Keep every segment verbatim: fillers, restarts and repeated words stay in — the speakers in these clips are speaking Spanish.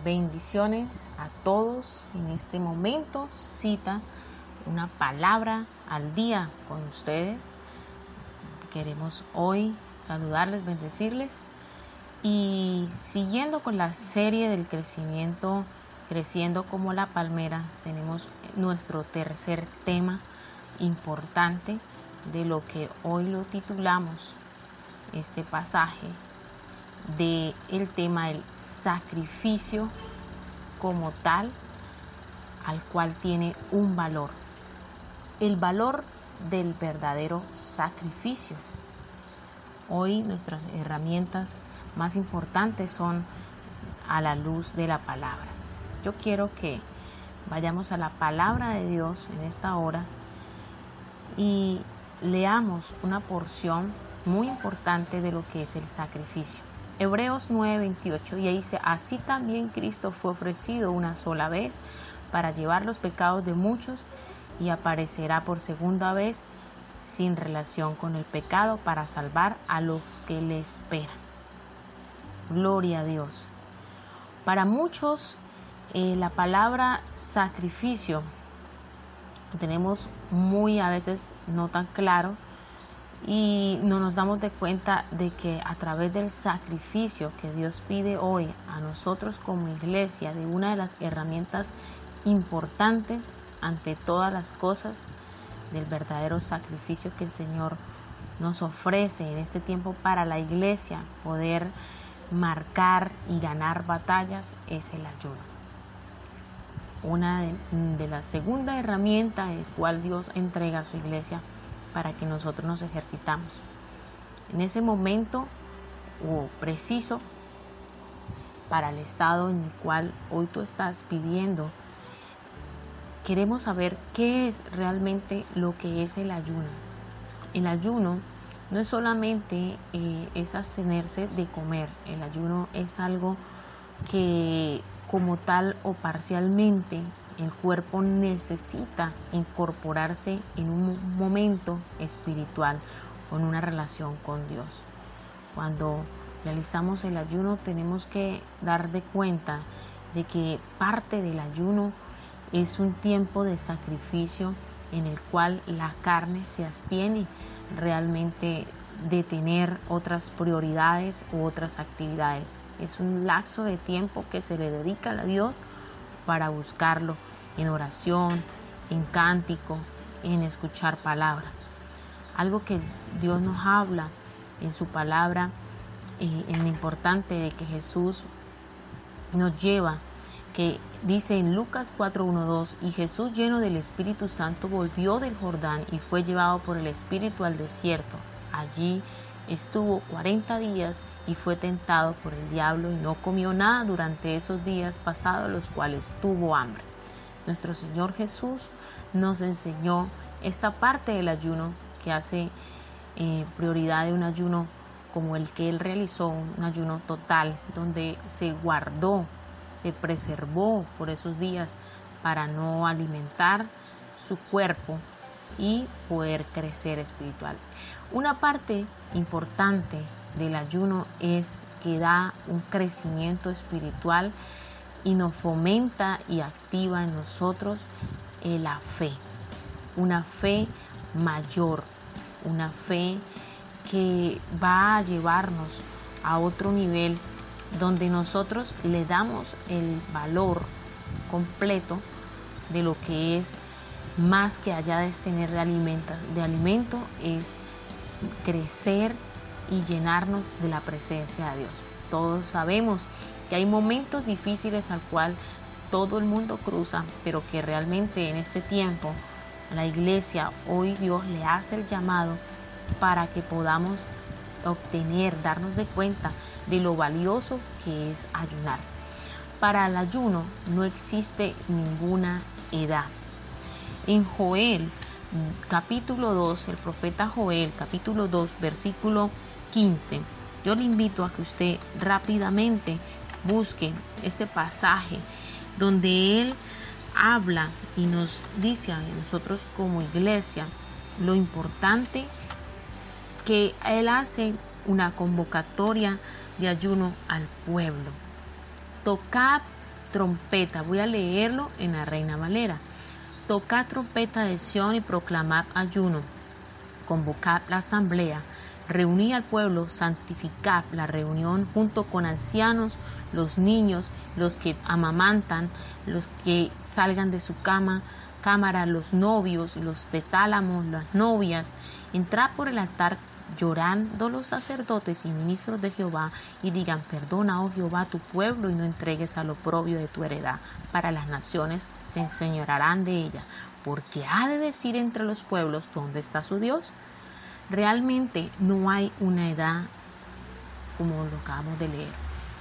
Bendiciones a todos. En este momento cita una palabra al día con ustedes. Queremos hoy saludarles, bendecirles y siguiendo con la serie del crecimiento, creciendo como la palmera, tenemos nuestro tercer tema importante de lo que hoy lo titulamos este pasaje de el tema del sacrificio como tal, al cual tiene un valor, el valor del verdadero sacrificio. Hoy nuestras herramientas más importantes son a la luz de la palabra. Yo quiero que vayamos a la palabra de Dios en esta hora y leamos una porción muy importante de lo que es el sacrificio. Hebreos nueve veintiocho, y ahí dice: así también Cristo fue ofrecido una sola vez para llevar los pecados de muchos y aparecerá por segunda vez sin relación con el pecado para salvar a los que le esperan. Gloria a Dios. Para muchos eh, la palabra sacrificio lo tenemos muy a veces no tan claro, y no nos damos de cuenta de que a través del sacrificio que Dios pide hoy a nosotros como iglesia, de una de las herramientas importantes ante todas las cosas, del verdadero sacrificio que el Señor nos ofrece en este tiempo para la iglesia poder marcar y ganar batallas, es el ayuno. Una de, de la segunda herramienta en la cual Dios entrega a su iglesia para que nosotros nos ejercitamos. En ese momento o preciso para el estado en el cual hoy tú estás viviendo, queremos saber qué es realmente lo que es el ayuno. El ayuno no es solamente eh, es abstenerse de comer. El ayuno es algo que como tal o parcialmente el cuerpo necesita incorporarse en un momento espiritual con una relación con Dios. Cuando realizamos el ayuno tenemos que dar de cuenta de que parte del ayuno es un tiempo de sacrificio en el cual la carne se abstiene realmente de tener otras prioridades u otras actividades. Es un lapso de tiempo que se le dedica a Dios para buscarlo en oración, en cántico, en escuchar palabra. Algo que Dios nos habla en su palabra, eh, en lo importante de que Jesús nos lleva, que dice en Lucas cuatro uno dos, y Jesús, lleno del Espíritu Santo, volvió del Jordán y fue llevado por el Espíritu al desierto. Allí estuvo cuarenta días y fue tentado por el diablo y no comió nada durante esos días pasados, los cuales tuvo hambre. Nuestro Señor Jesús nos enseñó esta parte del ayuno que hace eh, prioridad de un ayuno como el que Él realizó, un ayuno total, donde se guardó, se preservó por esos días para no alimentar su cuerpo y poder crecer espiritual. Una parte importante del ayuno es que da un crecimiento espiritual y nos fomenta y activa en nosotros eh, la fe, una fe mayor, una fe que va a llevarnos a otro nivel donde nosotros le damos el valor completo de lo que es más que allá de tener de alimento, de alimento es crecer y llenarnos de la presencia de Dios. Todos sabemos que hay momentos difíciles al cual todo el mundo cruza, pero que realmente en este tiempo a la iglesia hoy Dios le hace el llamado para que podamos obtener, darnos de cuenta de lo valioso que es ayunar. Para el ayuno no existe ninguna edad. En Joel capítulo dos, el profeta Joel capítulo dos versículo quince, yo le invito a que usted rápidamente busque este pasaje donde él habla y nos dice a nosotros como iglesia lo importante que él hace una convocatoria de ayuno al pueblo. Tocad trompeta. Voy a leerlo en la Reina Valera. Tocad trompeta de Sión y proclamad ayuno. Convocad la asamblea. Reuní al pueblo, santificad la reunión junto con ancianos, los niños, los que amamantan, los que salgan de su cama, cámara, los novios, los de tálamo, las novias. Entrad por el altar llorando los sacerdotes y ministros de Jehová y digan: perdona, oh Jehová, tu pueblo y no entregues al oprobio de tu heredad. Para las naciones se enseñorearán de ella, porque ha de decir entre los pueblos: ¿dónde está su Dios? Realmente no hay una edad como lo acabamos de leer.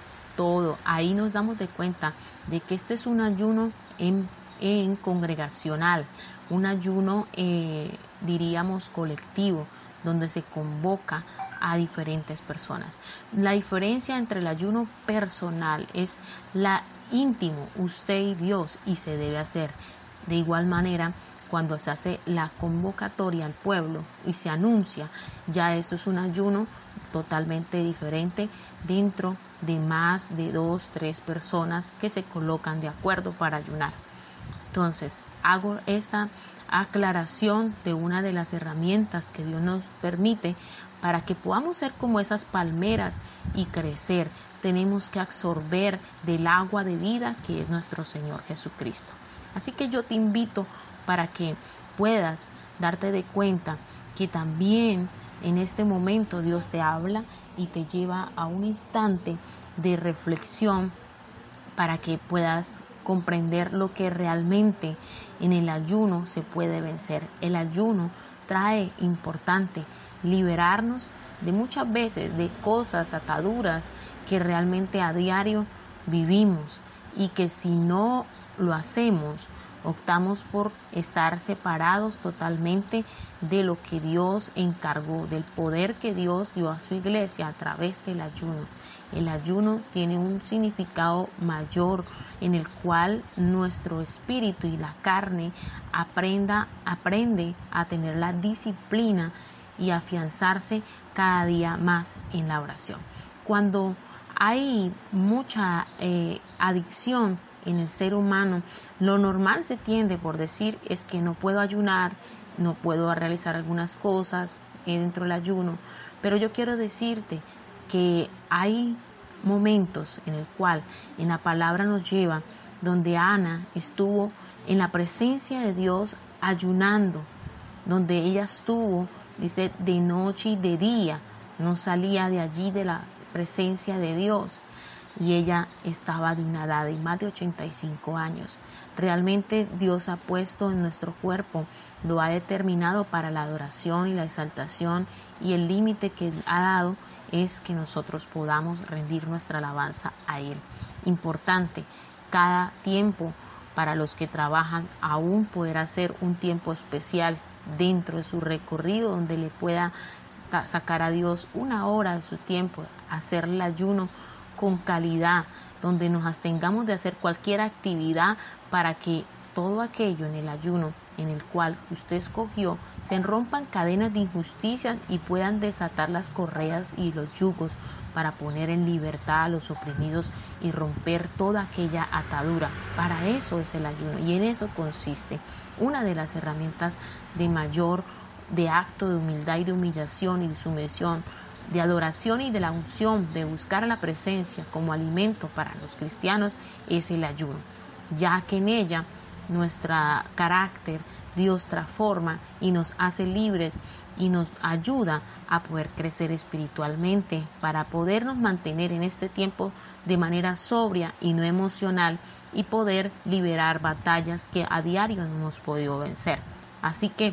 Todo, ahí nos damos de cuenta de que este es un ayuno en, en congregacional, un ayuno, eh, diríamos, colectivo, donde se convoca a diferentes personas. La diferencia entre el ayuno personal es la íntimo, usted y Dios, y se debe hacer. De igual manera, cuando se hace la convocatoria al pueblo y se anuncia, ya eso es un ayuno totalmente diferente dentro de más de dos, tres personas que se colocan de acuerdo para ayunar. Entonces, hago esta aclaración de una de las herramientas que Dios nos permite para que podamos ser como esas palmeras y crecer. Tenemos que absorber del agua de vida que es nuestro Señor Jesucristo. Así que yo te invito para que puedas darte de cuenta que también en este momento Dios te habla y te lleva a un instante de reflexión para que puedas comprender lo que realmente en el ayuno se puede vencer. El ayuno trae, importante, liberarnos de muchas veces de cosas, ataduras que realmente a diario vivimos y que si no lo hacemos, optamos por estar separados totalmente de lo que Dios encargó, del poder que Dios dio a su iglesia a través del ayuno. El ayuno tiene un significado mayor en el cual nuestro espíritu y la carne aprenda, aprende a tener la disciplina y afianzarse cada día más en la oración. Cuando hay mucha eh, adicción en el ser humano, lo normal se tiende por decir es que no puedo ayunar, no puedo realizar algunas cosas dentro del ayuno, pero yo quiero decirte que hay momentos en el cual en la palabra nos lleva donde Ana estuvo en la presencia de Dios ayunando, donde ella estuvo, dice, de noche y de día, no salía de allí de la presencia de Dios. Y ella estaba de una edad de más de ochenta y cinco años. Realmente Dios ha puesto en nuestro cuerpo, lo ha determinado para la adoración y la exaltación, y el límite que ha dado es que nosotros podamos rendir nuestra alabanza a Él. Importante, cada tiempo para los que trabajan aún poder hacer un tiempo especial dentro de su recorrido donde le pueda sacar a Dios una hora de su tiempo, hacer el ayuno con calidad, donde nos abstengamos de hacer cualquier actividad para que todo aquello en el ayuno en el cual usted escogió se rompan cadenas de injusticia y puedan desatar las correas y los yugos para poner en libertad a los oprimidos y romper toda aquella atadura. Para eso es el ayuno y en eso consiste una de las herramientas de mayor de acto de humildad y de humillación y de sumisión, de adoración y de la unción, de buscar la presencia como alimento para los cristianos, es el ayuno, ya que en ella nuestro carácter Dios transforma y nos hace libres y nos ayuda a poder crecer espiritualmente para podernos mantener en este tiempo de manera sobria y no emocional y poder liberar batallas que a diario no hemos podido vencer. Así que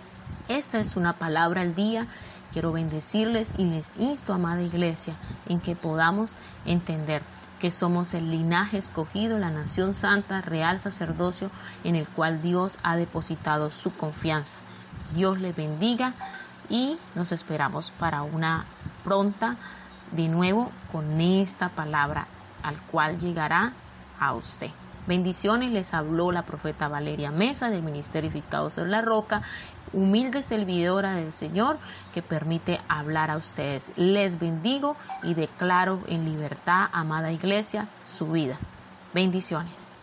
esta es una palabra al día. Quiero bendecirles y les insto, amada iglesia, en que podamos entender que somos el linaje escogido, la nación santa, real sacerdocio, en el cual Dios ha depositado su confianza. Dios les bendiga y nos esperamos para una pronta, de nuevo, con esta palabra, al cual llegará a usted. Bendiciones, les habló la profeta Valeria Mesa del Ministerio Edificado sobre la Roca, humilde servidora del Señor que permite hablar a ustedes. Les bendigo y declaro en libertad, amada iglesia, su vida. Bendiciones.